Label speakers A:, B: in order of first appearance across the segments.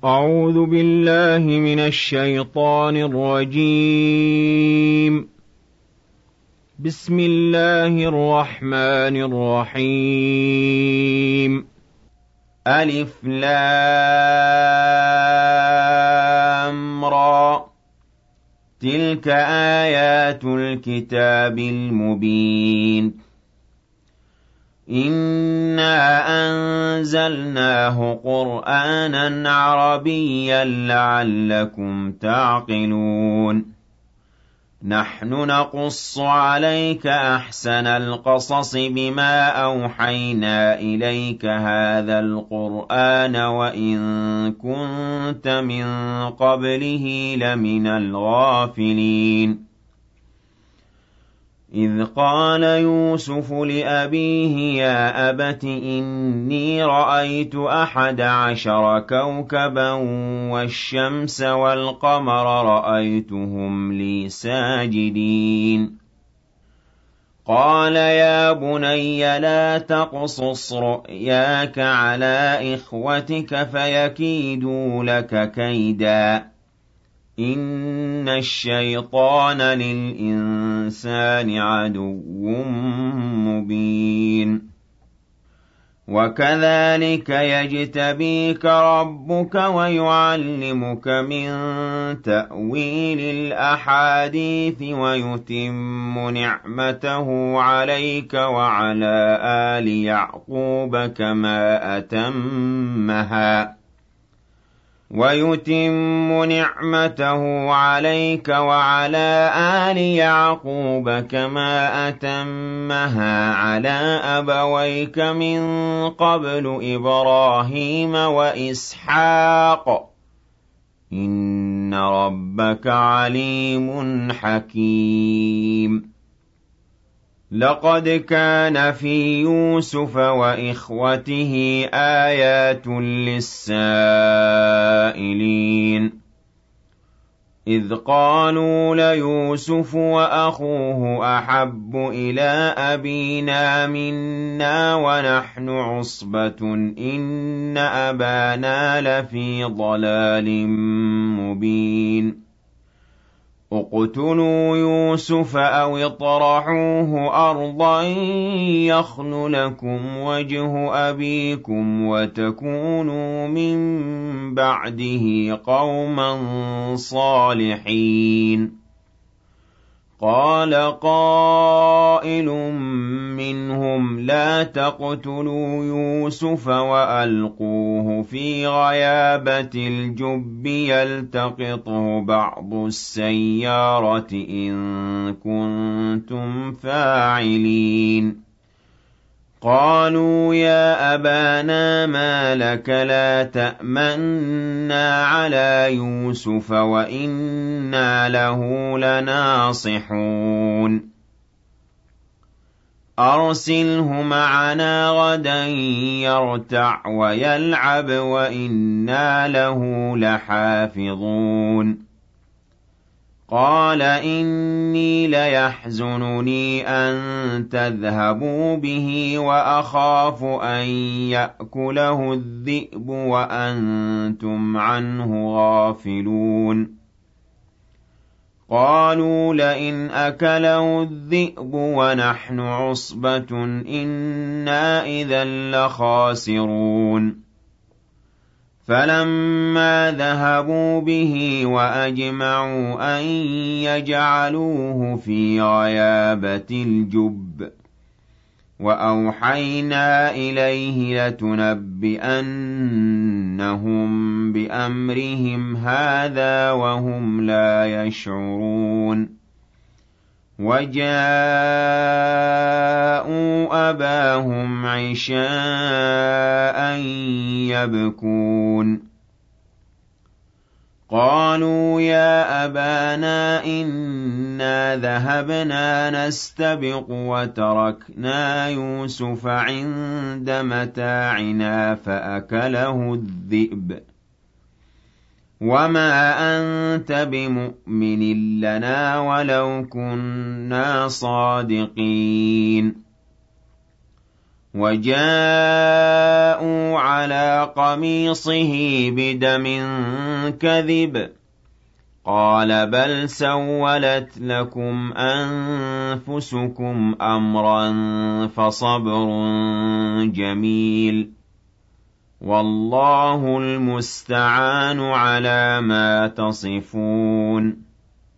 A: أعوذ بالله من الشيطان الرجيم. بسم الله الرحمن الرحيم. ألف لام را، تلك آيات الكتاب المبين. إِنَّا أَنزَلْنَاهُ قُرْآنًا عَرَبِيًّا لَّعَلَّكُمْ تَعْقِلُونَ. نَحْنُ نَقُصُّ عَلَيْكَ أَحْسَنَ الْقَصَصِ بِمَا أَوْحَيْنَا إِلَيْكَ هَٰذَا الْقُرْآنَ وَإِن كُنتَ مِن قَبْلِهِ لَمِنَ الْغَافِلِينَ. إِذْ قَالَ يُوسُفُ لِأَبِيهِ يَا أَبَتِ إِنِّي رَأَيْتُ 11 كَوْكَبًا وَالشَّمْسَ وَالْقَمَرَ رَأَيْتُهُمْ لِي سَاجِدِينَ. قَالَ يَا بُنَيَّ لَا تَقْصُصْ رُؤْيَاكَ عَلَىٰ إِخْوَتِكَ فَيَكِيدُوا لَكَ كَيْدًا. إِنَّ الشَّيْطَانَ لِلْإِنسَانِ عَدُوٌّ مُّبِينٌ. وَكَذَٰلِكَ يَجْتَبِيكَ رَبُّكَ وَيُعَلِّمُكَ مِن تَأْوِيلِ الْأَحَادِيثِ وَيُتِمُّ نِعْمَتَهُ عَلَيْكَ وَعَلَىٰ آلِ يَعْقُوبَ كَمَا أتمها على أبويك من قبل إبراهيم وإسحاق إن ربك عليم حكيم. لقد كان في يوسف وإخوته آيات للسائلين. إذ قالوا ليوسف وأخوه أحب إلى أبينا منا ونحن عصبة إن أبانا لفي ضلال مبين. اقتلوا يوسف أو اطرحوه أرضا يخل لكم وجه أبيكم وتكونوا من بعده قوما صالحين. قال قائل منهم لا تقتلوا يوسف وألقوه في غيابة الجب يلتقطه بعض السيارة إن كنتم فاعلين. قالوا يا أبانا ما لك لا تأمنا على يوسف وإنا له لناصحون. أرسله معنا غدا يرتع ويلعب وإنا له لحافظون. قال إني ليحزنني أن تذهبوا به وأخاف أن يأكله الذئب وأنتم عنه غافلون. قالوا لئن أكله الذئب ونحن عصبة إنا إذا لخاسرون. فَلَمَّا ذَهَبُوا بِهِ وَأَجْمَعُوا أَن يَجْعَلُوهُ فِي غَيَابَتِ الْجُبِّ وَأَوْحَيْنَا إِلَيْهِ لَتُنَبِّئَنَّهُم بِأَمْرِهِمْ هَٰذَا وَهُمْ لَا يَشْعُرُونَ. وَجَاءُوا أَبَاهُمْ عِشَاءً يَبْكُونَ. قَالُوا يَا أَبَانَا إِنَّا ذَهَبْنَا نَسْتَبِقُ وَتَرَكْنَا يُوسُفَ عِندَ مَتَاعِنَا فَأَكَلَهُ الذِّئْبُ وَمَا أَنتَ بِمُؤْمِنٍ لَّنَا وَلَوْ كُنَّا صَادِقِينَ. وَجَاءُوا عَلَىٰ قَمِيصِهِ بِدَمٍ كَذِبٍ قَالَ بَلْ سَوَّلَتْ لَكُمْ أَنفُسُكُمْ أَمْرًا فَصَبْرٌ جَمِيلٌ وَاللَّهُ الْمُسْتَعَانُ عَلَىٰ مَا تَصِفُونَ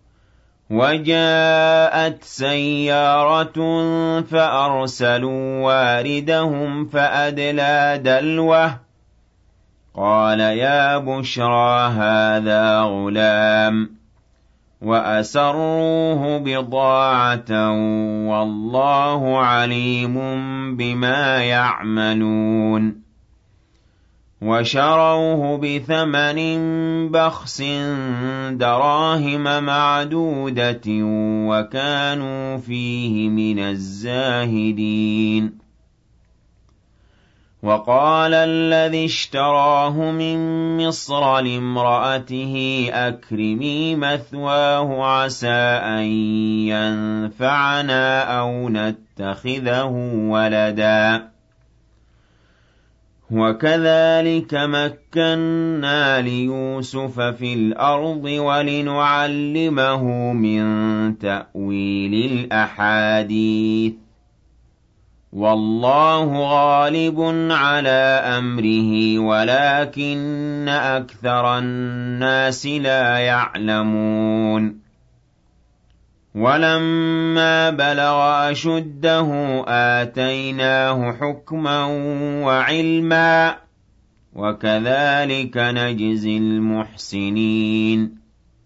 A: وَجَاءَتْ سَيَّارَةٌ فَأَرْسَلُوا وَارِدَهُمْ فَأَدْلَىٰ دَلْوَهُ قَالَ يَا بُشْرَىٰ هَٰذَا غُلَامٌ وَأَسَرُّوهُ بِضَاعَةً وَاللَّهُ عَلِيمٌ بِمَا يَعْمَلُونَ وَشَرَوْهُ بِثَمَنٍ بَخْسٍ دَرَاهِمَ مَعْدُودَةٍ وَكَانُوا فِيهِ مِنَ الزَّاهِدِينَ وَقَالَ الَّذِي اشْتَرَاهُ مِن مِّصْرَ لِامْرَأَتِهِ أَكْرِمِي مَثْوَاهُ عَسَىٰ أَن يَنفَعَنَا أَوْ نَتَّخِذَهُ وَلَدًا وَكَذَٰلِكَ مَكَّنَّا لِيُوسُفَ فِي الْأَرْضِ وَلِنُعَلِّمَهُ مِن تَأْوِيلِ الْأَحَادِيثِ وَاللَّهُ غَالِبٌ عَلَىٰ أَمْرِهِ وَلَٰكِنَّ أَكْثَرَ النَّاسِ لَا يَعْلَمُونَ وَلَمَّا بَلَغَ أَشُدَّهُ آتَيْنَاهُ حُكْمًا وَعِلْمًا ۚ وَكَذَٰلِكَ نَجْزِي الْمُحْسِنِينَ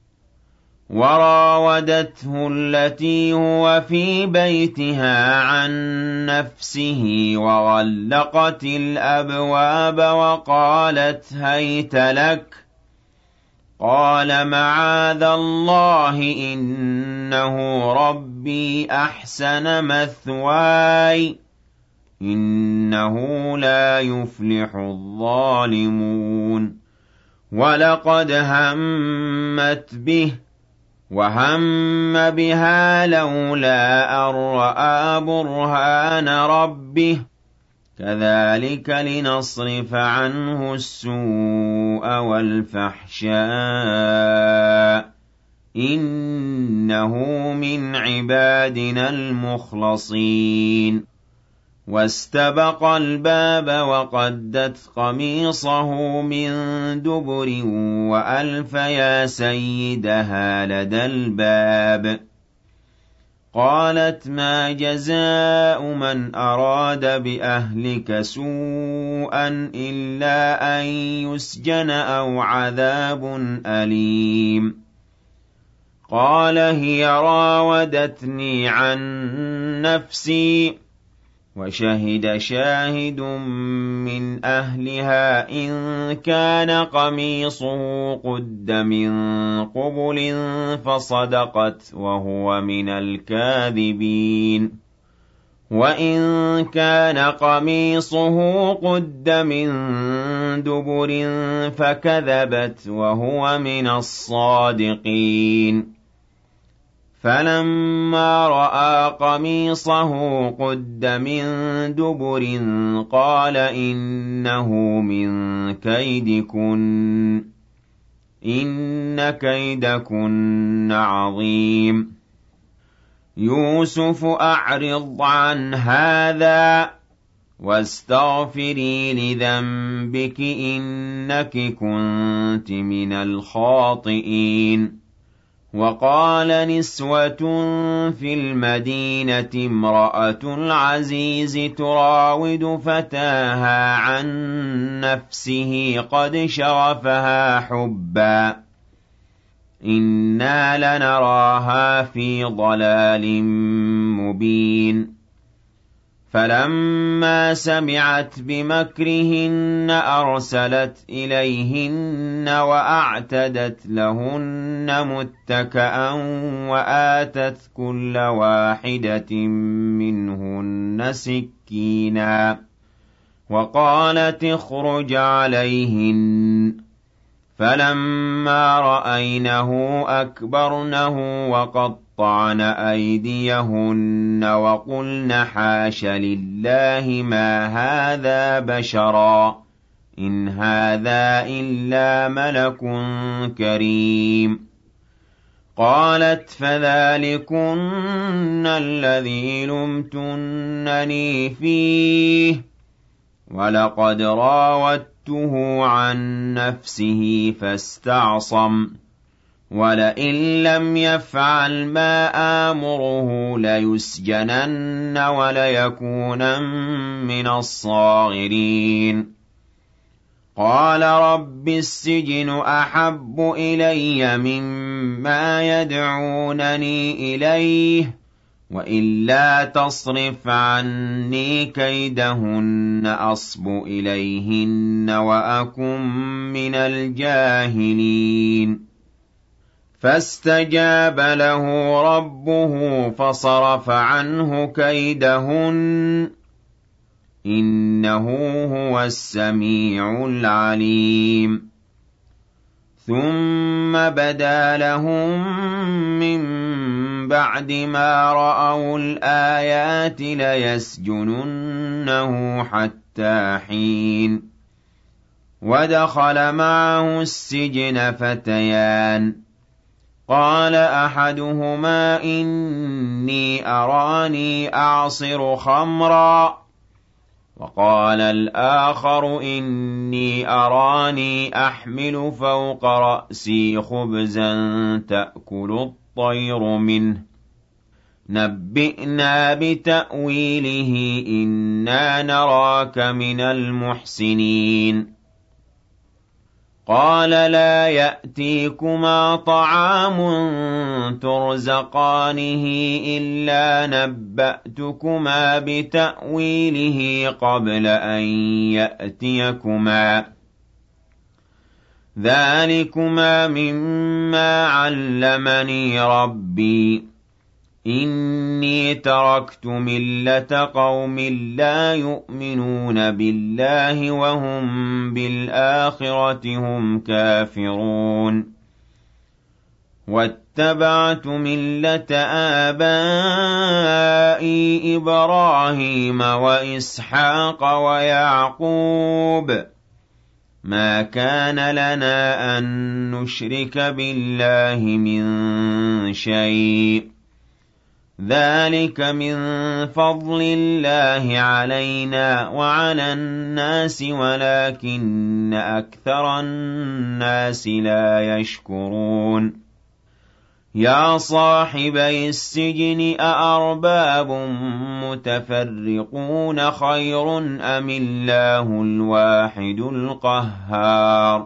A: وَرَاوَدَتْهُ الَّتِي هُوَ فِي بَيْتِهَا عَن نَّفْسِهِ وَغَلَّقَتِ الْأَبْوَابَ وَقَالَتْ هَيْتَ لَكَ قَالَ مَعَاذَ اللَّهِ إِنَّهُ رَبِّي أَحْسَنَ مَثْوَايَ إِنَّهُ لَا يُفْلِحُ الظَّالِمُونَ وَلَقَدْ هَمَّتْ بِهِ وَهَمَّ بِهَا لَوْلَا أَن رَّأَىٰ بُرْهَانَ رَبِّهِ كَذَٰلِكَ لِنَصْرِفَ عَنْهُ السُّوءَ وَالْفَحْشَاءَ ۚ إِنَّهُ مِنْ عِبَادِنَا الْمُخْلَصِينَ وَاسْتَبَقَ الْبَابَ وَقَدَّتْ قَمِيصَهُ مِن دُبُرٍ وَأَلْفَ يَا سَيِّدَهَا لَدَى الْبَابِ قَالَتْ مَا جَزَاءُ مَنْ أَرَادَ بِأَهْلِكَ سُوءًا إِلَّا أَن يُسْجَنَ أَوْ عَذَابٌ أَلِيمٌ قَالَ هِيَ رَاوَدَتْنِي عَن نَّفْسِي وَشَهِدَ شَاهِدٌ مِّنْ أَهْلِهَا إِن كَانَ قَمِيصُهُ قُدَّ مِن قُبُلٍ فَصَدَقَتْ وَهُوَ مِنَ الْكَاذِبِينَ وَإِن كَانَ قَمِيصُهُ قُدَّ مِن دُبُرٍ فَكَذَبَتْ وَهُوَ مِنَ الصَّادِقِينَ فَلَمَّا رَأَىٰ قَمِيصَهُ قُدَّ مِن دُبُرٍ قَالَ إِنَّهُ مِن كَيْدِكُنَّ ۖ إِنَّ كَيْدَكُنَّ عَظِيمٌ يُوسُفُ أَعْرِضْ عَنْ هَٰذَا وَاسْتَغْفِرِي لِذَنبِكِ إِنَّكِ كُنتِ مِنَ الْخَاطِئِينَ وَقَالَ نِسْوَةٌ فِي الْمَدِينَةِ امْرَأَتُ الْعَزِيزِ تُرَاوِدُ فَتَاهَا عَن نَّفْسِهِ قَدْ شَغَفَهَا حُبًّا إِنَّا لَنَرَاهَا فِي ضَلَالٍ مُّبِينٍ فَلَمَّا سَمِعَتْ بِمَكْرِهِنَّ أَرْسَلَتْ إِلَيْهِنَّ وَأَعْتَدَتْ لَهُنَّ مُتَّكَأً وَآتَتْ كُلَّ وَاحِدَةٍ مِّنْهُنَّ سِكِّينًا وَقَالَتِ اخْرُجْ عَلَيْهِنَّ فَلَمَّا رَأَيْنَهُ أَكْبَرْنَهُ وَقَطَّعْنَ أَيْدِيَهُنَّ وَقُلْنَ حَاشَ لِلَّهِ مَا هَٰذَا بَشَرًا إِنْ هَٰذَا إِلَّا مَلَكٌ كَرِيمٌ قَالَتْ فَذَٰلِكُنَّ الَّذِي لُمْتُنَّنِي فِيهِ وَلَقَدْ رَاوَدتُّهُ عَن نَّفْسِهِ فَاسْتَعْصَمَ وَلَئِن لَّمْ يَفْعَلْ مَا آمُرُهُ لَيُسْجَنَنَّ وَلَيَكُونًا مِّنَ الصَّاغِرِينَ قَالَ رَبِّ السِّجْنُ أَحَبُّ إِلَيَّ مِمَّا يَدْعُونَنِي إِلَيْهِ وَإِلَّا تَصْرِفْ عَنِّي كَيْدَهُنَّ أَصْبُ إِلَيْهِنَّ وَأَكُن مِّنَ الْجَاهِلِينَ فَاسْتَجَابَ لَهُ رَبُّهُ فَصَرَفَ عَنْهُ كَيْدَهُنَّ إِنَّهُ هُوَ السَّمِيعُ الْعَلِيمُ ثُمَّ بَدَا لَهُم مِّن بَعْدِ مَا رَأَوُا الْآيَاتِ لَيَسْجُنُنَّهُ حَتَّىٰ حِينٍ وَدَخَلَ مَعَهُ السِّجْنَ فَتَيَانِ قَالَ أَحَدُهُمَا إِنِّي أَرَانِي أَعْصِرُ خَمْرًا وَقَالَ الْآخَرُ إِنِّي أَرَانِي أَحْمِلُ فَوْقَ رَأْسِي خُبْزًا تَأْكُلُ الطَّيْرُ مِنْهُ نَبِّئْنَا بِتَأْوِيلِهِ إِنَّا نَرَاكَ مِنَ الْمُحْسِنِينَ قَالَ لَا يَأْتِيكُمَا طَعَامٌ تُرْزَقَانِهِ إِلَّا نَبَّأْتُكُمَا بِتَأْوِيلِهِ قَبْلَ أَن يَأْتِيَكُمَا ۚ ذَٰلِكُمَا مِمَّا عَلَّمَنِي رَبِّي ۚ إِنِّي تَرَكْتُ مِلَّةَ قَوْمٍ لَّا يُؤْمِنُونَ بِاللَّهِ وَهُم بِالْآخِرَةِ هُمْ كَافِرُونَ وَاتَّبَعْتُ مِلَّةَ آبَائِي إِبْرَاهِيمَ وَإِسْحَاقَ وَيَعْقُوبَ ۚ مَا كَانَ لَنَا أَن نُّشْرِكَ بِاللَّهِ مِن شَيْءٍ ۚ ذَٰلِكَ مِن فَضْلِ اللَّهِ عَلَيْنَا وَعَلَى النَّاسِ وَلَٰكِنَّ أَكْثَرَ النَّاسِ لَا يَشْكُرُونَ يَا صَاحِبَيِ السِّجْنِ أَأَرْبَابٌ مُّتَفَرِّقُونَ خَيْرٌ أَمِ اللَّهُ الْوَاحِدُ الْقَهَّارُ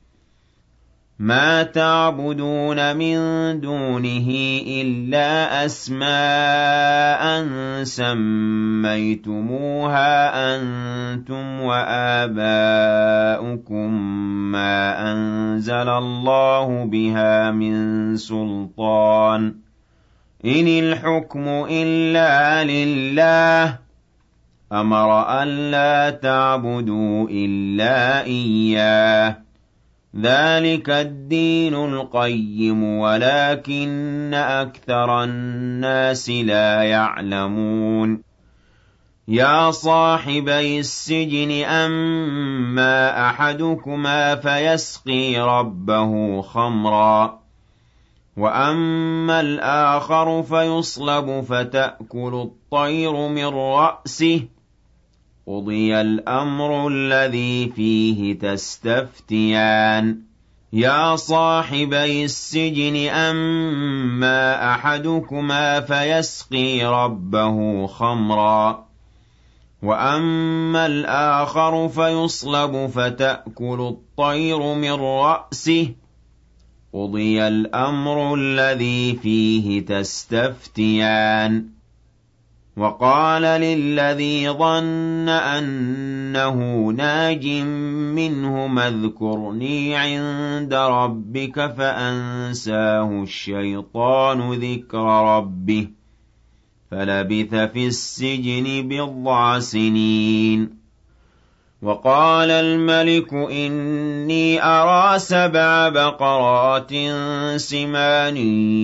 A: مَا تَعْبُدُونَ مِن دُونِهِ إِلَّا أَسْمَاءً سَمَّيْتُمُوهَا أَنتُمْ وَآبَاؤُكُم مَّا أَنزَلَ اللَّهُ بِهَا مِن سُلْطَانٍ ۚ إِنِ الْحُكْمُ إِلَّا لِلَّهِ ۚ أَمَرَ أَلَّا تَعْبُدُوا إِلَّا إِيَّاهُ ۚ ذَٰلِكَ الدِّينُ الْقَيِّمُ وَلَٰكِنَّ أَكْثَرَ النَّاسِ لَا يَعْلَمُونَ يَا صَاحِبَيِ السِّجْنِ أَمَّا أَحَدُكُمَا فَيَسْقِي رَبَّهُ خَمْرًا وَأَمَّا الْآخَرُ فَيُصْلَبُ فَتَأْكُلُ الطَّيْرُ مِن رَّأْسِهِ ۚ قُضِيَ الْأَمْرُ الَّذِي فِيهِ تَسْتَفْتِيَانِ يَا صَاحِبَيِ السِّجْنِ أَمَّا أَحَدُكُمَا فَيَسْقِي رَبَّهُ خَمْرًا وَأَمَّا الْآخَرُ فَيُصْلَبُ فَتَأْكُلُ الطَّيْرُ مِن رَّأْسِهِ ۚ قُضِيَ الْأَمْرُ الَّذِي فِيهِ تَسْتَفْتِيَانِ وَقَالَ لِلَّذِي ظَنَّ أَنَّهُ نَاجٍ مِّنْهُمَا اذْكُرْنِي عِندَ رَبِّكَ فَأَنسَاهُ الشَّيْطَانُ ذِكْرَ رَبِّهِ فَلَبِثَ فِي السِّجْنِ بِضْعَ سِنِينَ وقال الملك إني أرى 7 بقرات سمان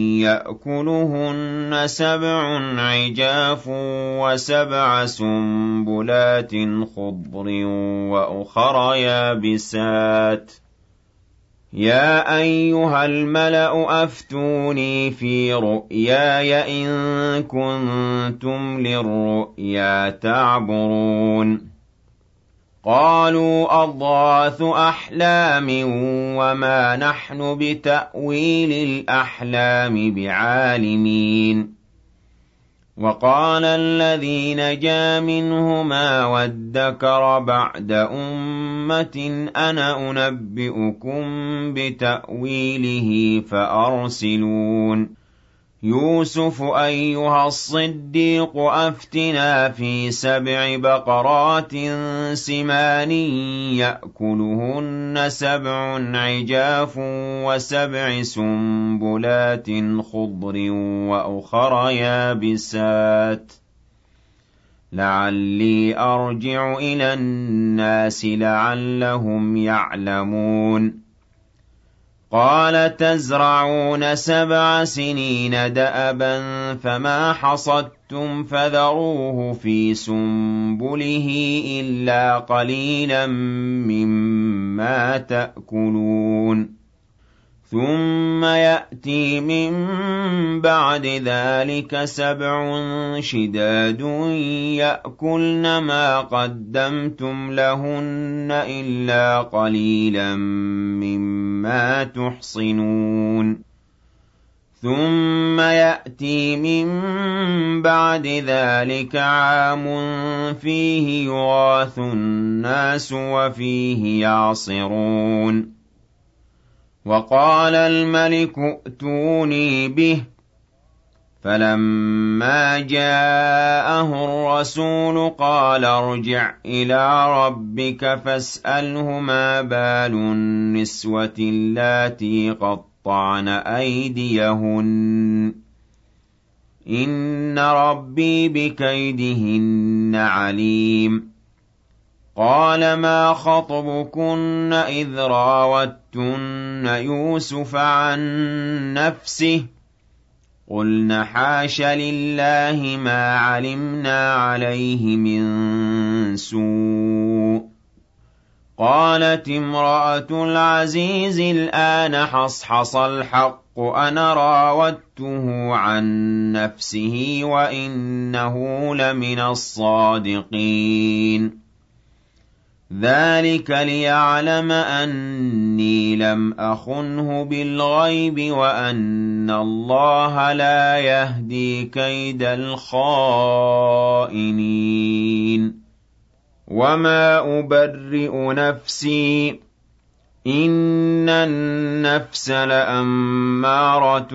A: يأكلهن 7 عجاف و7 سنبلات خضر وأخر يابسات يا أيها الملأ أفتوني في رؤياي إن كنتم للرؤيا تعبرون قالوا أضغاث أحلام وما نحن بتأويل الأحلام بعالمين وقال الذي نجا منهما وادكر بعد أمة أنا أنبئكم بتأويله فأرسلون يوسف أيها الصديق أفتنا في 7 بقرات سمان يأكلهن 7 عجاف و7 سنبلات خضر وأخر يابسات لعلي أرجع إلى الناس لعلهم يعلمون قال تزرعون 7 سنين دأبا فما حصدتم فذروه في سنبله إلا قليلا مما تأكلون ثم يأتي من بعد ذلك 7 شداد يأكلن ما قدمتم لهن إلا قليلا مما تحصنون ثم يأتي من بعد ذلك عام فيه يغاث الناس وفيه يعصرون وقال الملك ائتوني به فلما جاءه الرسول قال ارجع إلى ربك فاسأله ما بال النسوة اللاتي قطعن أيديهن إن ربي بكيدهن عليم قال ما خطبكن إذ راوتن يوسف عن نفسه قلن حاش لله ما علمنا عليه من سوء قالت امرأة العزيز الآن حصحص الحق أنا راودته عن نفسه وإنه لمن الصادقين ذلك ليعلم أني لم أخنه بالغيب وأن الله لا يهدي كيد الخائنين وما أبرئ نفسي إن النفس لأمارة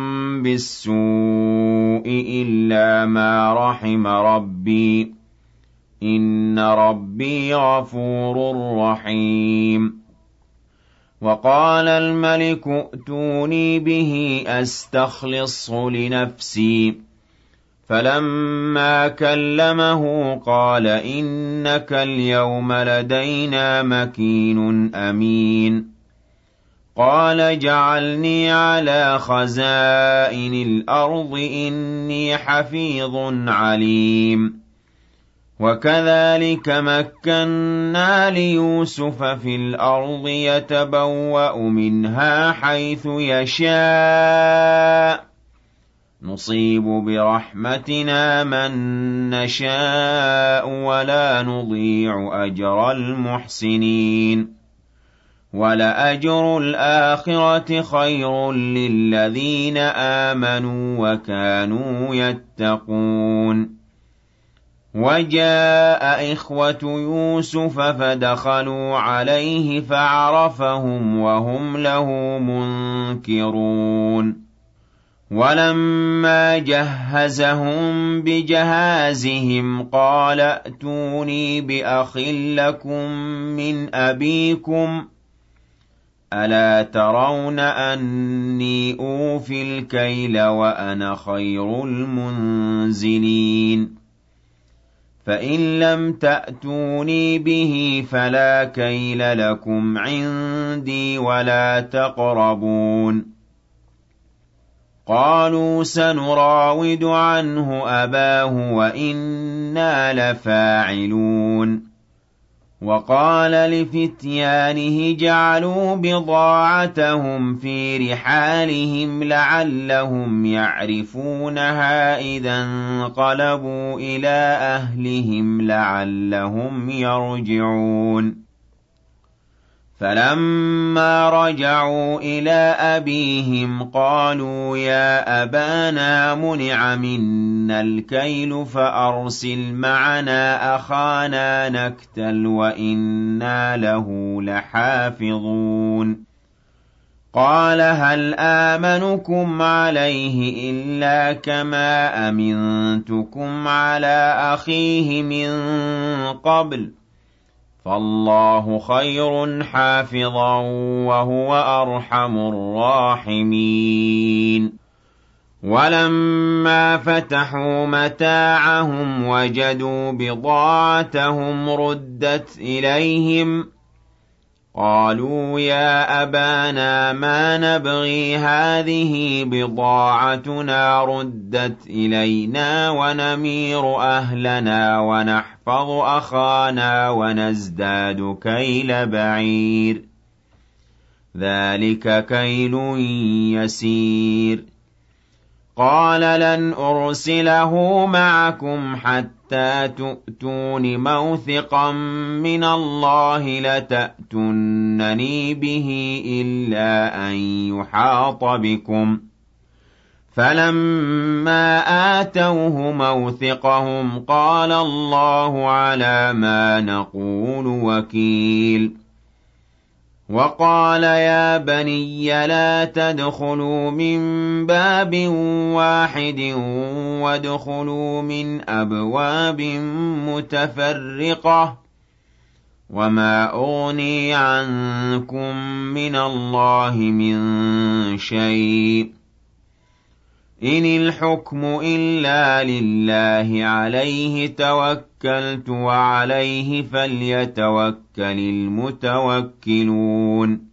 A: بالسوء إلا ما رحم ربي إن ربي غفور رحيم وقال الملك ائتوني به أستخلصه لنفسي فلما كلمه قال إنك اليوم لدينا مكين أمين قال جعلني على خزائن الأرض إني حفيظ عليم وكذلك مكنا ليوسف في الأرض يتبوأ منها حيث يشاء نصيب برحمتنا من نشاء ولا نضيع أجر المحسنين ولأجر الآخرة خير للذين آمنوا وكانوا يتقون وجاء إخوة يوسف فدخلوا عليه فعرفهم وهم له منكرون ولما جهزهم بجهازهم قال ائتوني بأخ لكم من أبيكم ألا ترون أني أوفي الكيل وأنا خير المنزلين فإن لم تأتوني به فلا كيل لكم عندي ولا تقربون. قالوا سنراود عنه أباه وإنا لفاعلون. وقال لفتيانه جعلوا بضاعتهم في رحالهم لعلهم يعرفونها إذا انقلبوا إلى أهلهم لعلهم يرجعون. فلما رجعوا إلى أبيهم قالوا يا أبانا منع منا الكيل فأرسل معنا أخانا نكتل وإنا له لحافظون. قال هل آمنكم عليه إلا كما أمنتكم على أخيه من قبل فالله خير حافظا وهو أرحم الراحمين. ولما فتحوا متاعهم وجدوا بضاعتهم ردت إليهم قالوا يا أبانا ما نبغي هذه بضاعتنا ردت إلينا ونمير أهلنا ونحفظ أخانا ونزداد كيل بعير ذلك كيل يسير. قال لن أرسله معكم حتى تؤتون موثقا من الله لتأتونني به إلا أن يحاط بكم. فلما آتوه موثقهم قال الله على ما نقول وكيل. وقال يا بني لا تدخلوا من باب واحد وادخلوا من أبواب متفرقة وما أغني عنكم من الله من شيء إن الحكم إلا لله عليه توكلت وعليه فليتوكل المتوكلون.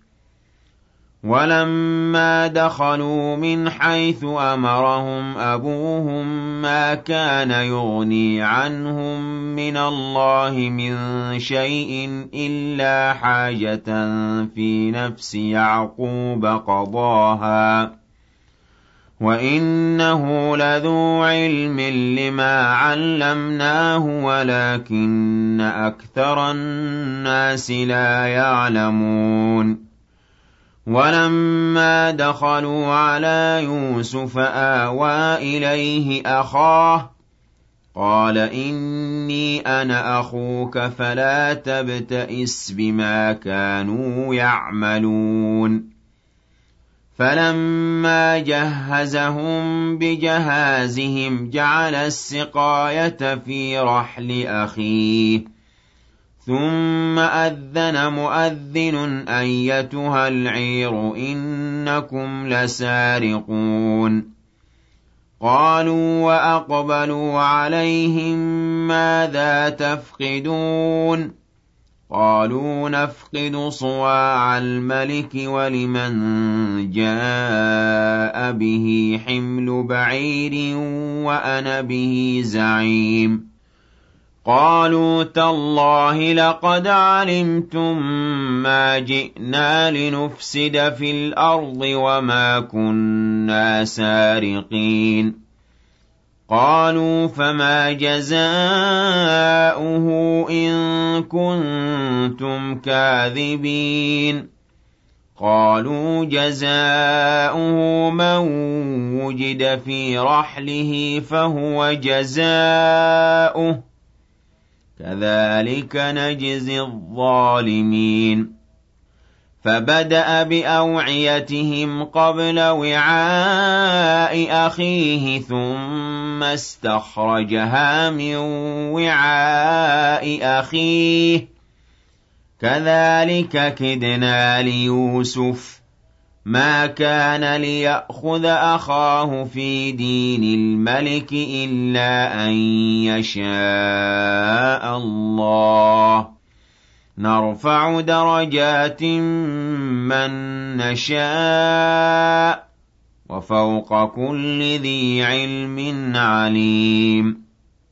A: ولما دخلوا من حيث أمرهم أبوهم ما كان يغني عنهم من الله من شيء إلا حاجة في نفس يعقوب قضاها وإنه لذو علم لما علمناه ولكن أكثر الناس لا يعلمون. ولما دخلوا على يوسف آوى إليه أخاه قال إني أنا أخوك فلا تبتئس بما كانوا يعملون. فلما جهزهم بجهازهم جعل السقاية في رحل أخيه ثم أذن مؤذن أيتها العير إنكم لسارقون. قالوا وأقبلوا عليهم ماذا تفقدون قالوا نفقد صواع الملك ولمن جاء به حمل بعير وأنا به زعيم. قالوا تالله لقد علمتم ما جئنا لنفسد في الأرض وما كنا سارقين. قالوا فما جزاؤه إن كنتم كاذبين. قالوا جزاؤه من وجد في رحله فهو جزاؤه كذلك نجزي الظالمين. فبدأ بأوعيتهم قبل وعاء أخيه ثم استخرجها من وعاء أخيه كذلك كدنا ليوسف مَا كَانَ لِيَأْخُذَ أَخَاهُ فِي دِينِ الْمَلِكِ إِلَّا أَن يَشَاءَ اللَّهُ ۚ نَرْفَعُ دَرَجَاتٍ مَّن نَّشَاءُ ۗ وَفَوْقَ كُلِّ ذِي عِلْمٍ عَلِيمٌ.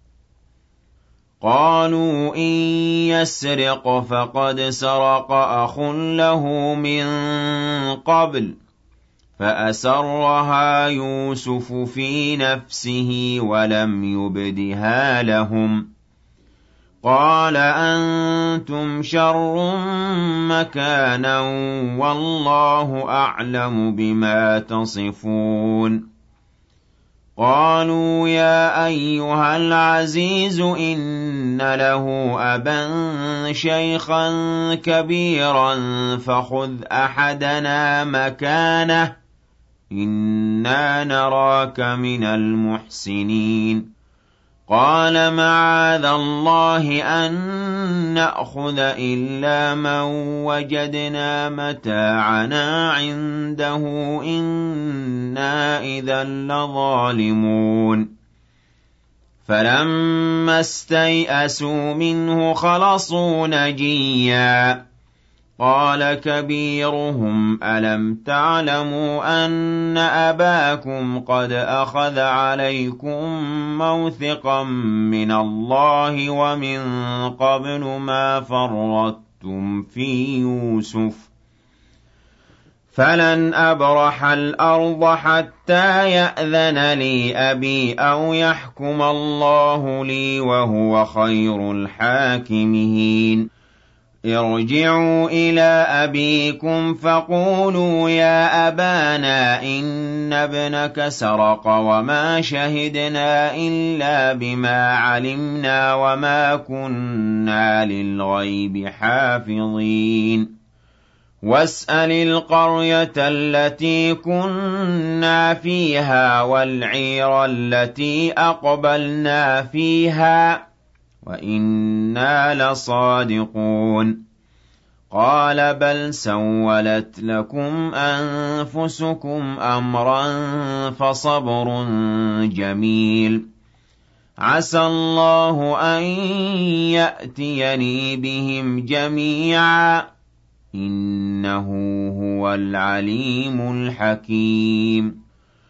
A: قَالُوا إِن يَسْرِقْ فَقَدْ سَرَقَ أَخٌ لَّهُ مِن قَبْلُ فَأَسَرَّهَا يُوسُفُ فِي نَفْسِهِ وَلَمْ يُبْدِهَا لَهُمْ قَالَ أَنتُمْ شَرٌّ مَّكَانًا وَاللَّهُ أَعْلَمُ بِمَا تَصِفُونَ. قَالُوا يَا أَيُّهَا الْعَزِيزُ إِنَّ لَهُ أَبًا شَيْخًا كَبِيرًا فَخُذْ أَحَدَنَا مَكَانَهُ ۖ إِنَّا نَرَاكَ مِنَ الْمُحْسِنِينَ. قَالَ مَعَاذَ اللَّهِ أَن نَّأْخُذَ إِلَّا مَن وَجَدْنَا مَتَاعَنَا عِندَهُ إِنَّا إِذًا لَّظَالِمُونَ. فَلَمَّا اسْتَيْأَسُوا مِنْهُ خَلَصُوا نَجِيًّا قَالَ كَبِيرُهُمْ أَلَمْ تَعْلَمُوا أَنَّ أَبَاكُمْ قَدْ أَخَذَ عَلَيْكُم مَّوْثِقًا مِّنَ اللَّهِ وَمِن قَبْلُ مَا فَرَّطتُمْ فِي يُوسُفَ ۖ فَلَنْ أَبْرَحَ الْأَرْضَ حَتَّىٰ يَأْذَنَ لِي أَبِي أَوْ يَحْكُمَ اللَّهُ لِي وَهُوَ خَيْرُ الْحَاكِمِينَ. ارْجِعُوا إِلَىٰ أَبِيكُمْ فَقُولُوا يَا أَبَانَا إِنَّ ابْنَكَ سَرَقَ وَمَا شَهِدْنَا إِلَّا بِمَا عَلِمْنَا وَمَا كُنَّا لِلْغَيْبِ حَافِظِينَ. وَاسْأَلِ الْقَرْيَةَ الَّتِي كُنَّا فِيهَا وَالْعِيرَ الَّتِي أَقْبَلْنَا فِيهَا وَإِنَّا لَصَادِقُونَ. قَالَ بَلْ سَوَّلَتْ لَكُمْ أَنفُسُكُمْ أَمْرًا فَصَبْرٌ جَمِيلٌ عَسَى اللَّهُ أَن يَأْتِيَنِي بِهِمْ جَمِيعًا إِنَّهُ هُوَ الْعَلِيمُ الْحَكِيمُ.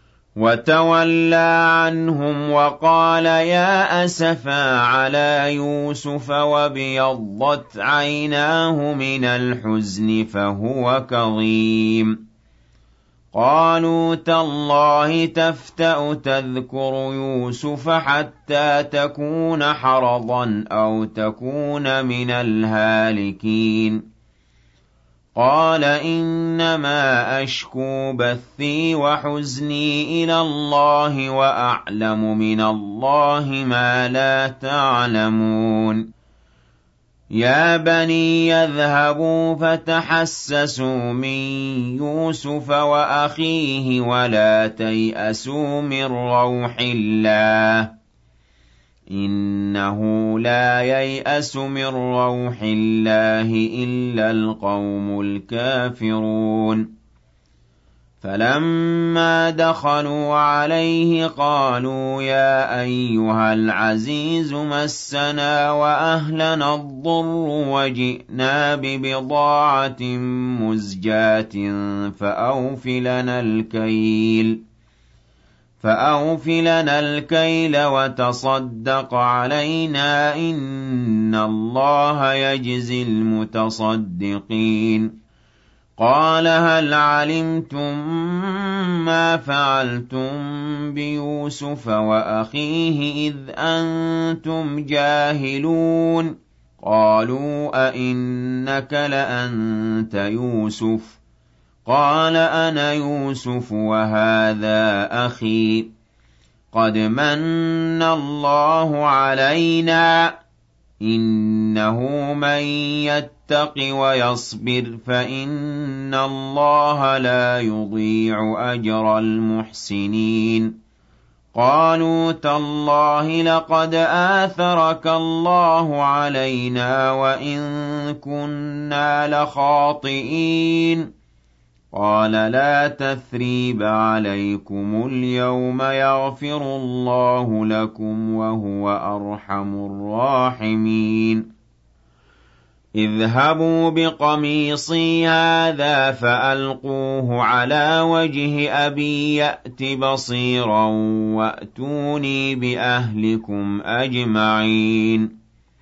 A: وَتَوَلَّىٰ عَنْهُمْ وَقَالَ يَا أَسَفَىٰ عَلَىٰ يُوسُفَ وَابْيَضَّتْ عَيْنَاهُ مِنَ الْحُزْنِ فَهُوَ كَظِيمٌ. قَالُوا تَاللَّهِ تَفْتَأُ تَذْكُرُ يُوسُفَ حَتَّىٰ تَكُونَ حَرَضًا أَوْ تَكُونَ مِنَ الْهَالِكِينَ. قَالَ إِنَّمَا أَشْكُو بَثِّي وَحُزْنِي إِلَى اللَّهِ وَأَعْلَمُ مِنَ اللَّهِ مَا لَا تَعْلَمُونَ. يَا بَنِيَّ اذْهَبُوا فَتَحَسَّسُوا مِن يُوسُفَ وَأَخِيهِ وَلَا تَيْأَسُوا مِن رَّوْحِ اللَّهِ إِنَّهُ لَا يَيْأَسُ مِن رَّوْحِ اللَّهِ إِلَّا الْقَوْمُ الْكَافِرُونَ. فَلَمَّا دَخَلُوا عَلَيْهِ قَالُوا يَا أَيُّهَا الْعَزِيزُ مَسَّنَا وَأَهْلَنَا الضُّرُّ وَجِئْنَا بِبِضَاعَةٍ مُزْجَاةٍ فَأَوْفِ لَنَا الْكَيْلَ وَتَصَدَّقْ عَلَيْنَا ۖ إِنَّ اللَّهَ يَجْزِي الْمُتَصَدِّقِينَ. قَالَ هَلْ عَلِمْتُم مَّا فَعَلْتُم بِيُوسُفَ وَأَخِيهِ إِذْ أَنتُمْ جَاهِلُونَ. قَالُوا أَإِنَّكَ لَأَنتَ يُوسُفُ ۖ قَالَ أَنَا يُوسُفُ وَهَٰذَا أَخِي قَدْ مَنَّ اللَّهُ عَلَيْنَا ۖ إِنَّهُ مَن يَتَّقِ وَيَصْبِرْ فَإِنَّ اللَّهَ لَا يُضِيعُ أَجْرَ الْمُحْسِنِينَ. قَالُوا تَاللَّهِ لَقَدْ آثَرَكَ اللَّهُ عَلَيْنَا وَإِن كُنَّا لَخَاطِئِينَ. قال لا تثريب عليكم اليوم يغفر الله لكم وهو أرحم الراحمين اذهبوا بقميصي هذا فألقوه على وجه أبي يأت بصيرا وأتوني بأهلكم أجمعين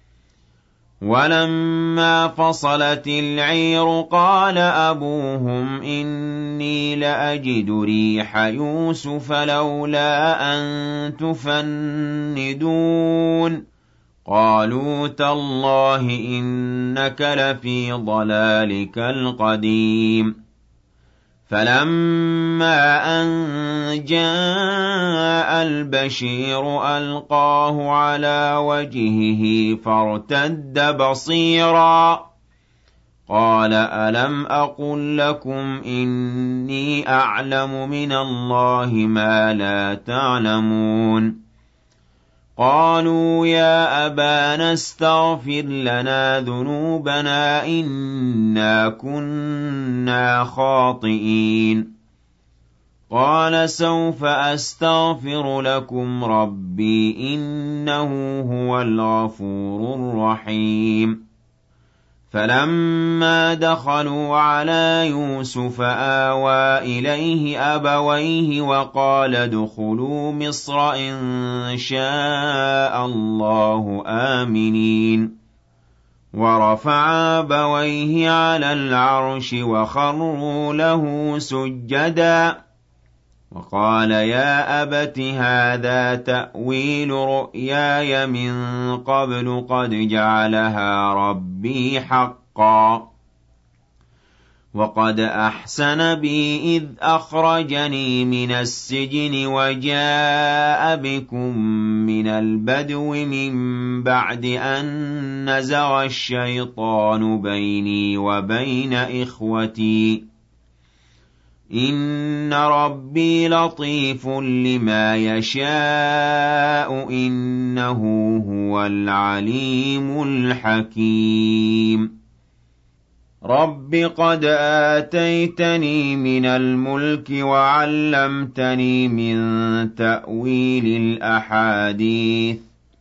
A: ولما فصلت العير قال أبوهم إني لأجد ريح يوسف لولا أن تفندون قالوا تالله إنك لفي ضلالك القديم فلما أن جاء البشير ألقاه على وجهه فارتد بصيرا قال ألم أقل لكم إني أعلم من الله ما لا تعلمون قالوا يا أبانا استغفر لنا ذنوبنا إنا كنا خاطئين قال سوف أستغفر لكم ربي إنه هو الغفور الرحيم فلما دخلوا على يوسف آوى إليه أبويه وقال ادخلوا مصر إن شاء الله آمنين ورفع أبويه على العرش وخروا له سجدا وقال يا أبت هذا تأويل رؤياي من قبل قد جعلها ربي حقا وقد أحسن بي إذ أخرجني من السجن وجاء بكم من البدو من بعد أن نزغ الشيطان بيني وبين إخوتي إن ربي لطيف لما يشاء إنه هو العليم الحكيم رب قد آتيتني من الملك وعلمتني من تأويل الأحاديث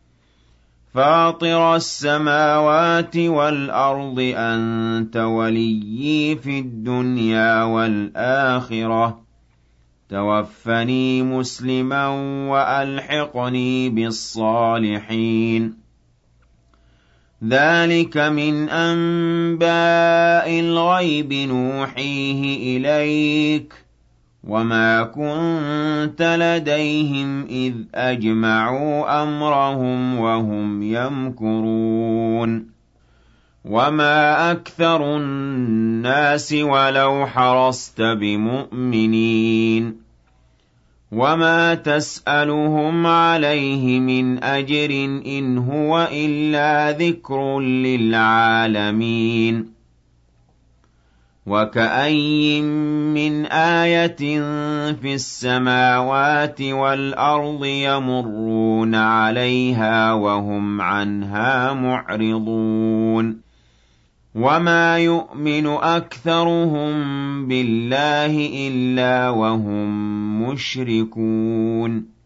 A: فاطر السماوات والأرض أنت وليي في الدنيا والآخرة توفني مسلما وألحقني بالصالحين ذلك من أنباء الغيب نوحيه إليك وما كنت لديهم إذ أجمعوا أمرهم وهم يمكرون وما أكثر الناس ولو حرصت بمؤمنين وما تسألهم عليه من أجر إن هو إلا ذكر للعالمين وكأي من آية في السماوات والأرض يمرون عليها وهم عنها معرضون وما يؤمن أكثرهم بالله إلا وهم مشركون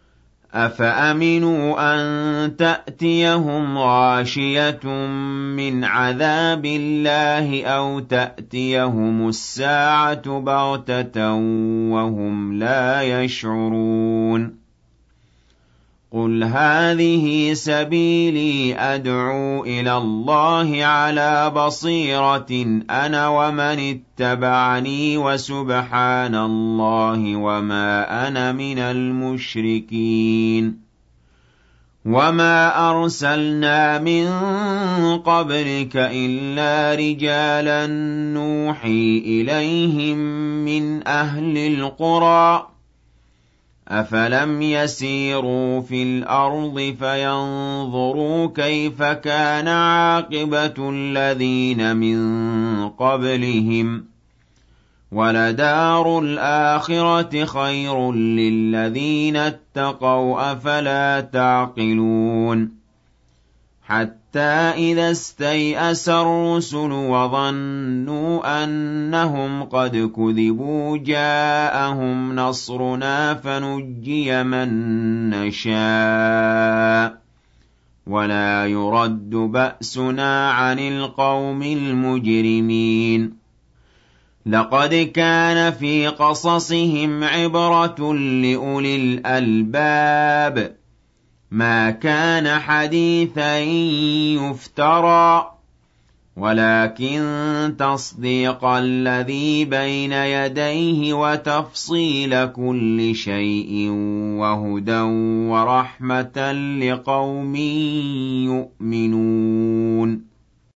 A: أفأمنوا أن تأتيهم غاشية من عذاب الله أو تأتيهم الساعة بغتة وهم لا يشعرون قل هذه سبيلي أدعو إلى الله على بصيرة أنا ومن اتبعني وسبحان الله وما أنا من المشركين وما أرسلنا من قبلك إلا رجالا نوحي إليهم من أهل القرى أفلم يسيروا في الأرض فينظروا كيف كان عاقبة الذين من قبلهم ولدار الآخرة خير للذين اتقوا أفلا تعقلون حتى إذا استيأس الرسل وظنوا أنهم قد كذبوا جاءهم نصرنا فنجي من نشاء ولا يرد بأسنا عن القوم المجرمين لقد كان في قصصهم عبرة لأولي الألباب ما كان حديثا يفترى ولكن تصديق الذي بين يديه وتفصيل كل شيء وهدى ورحمة لقوم يؤمنون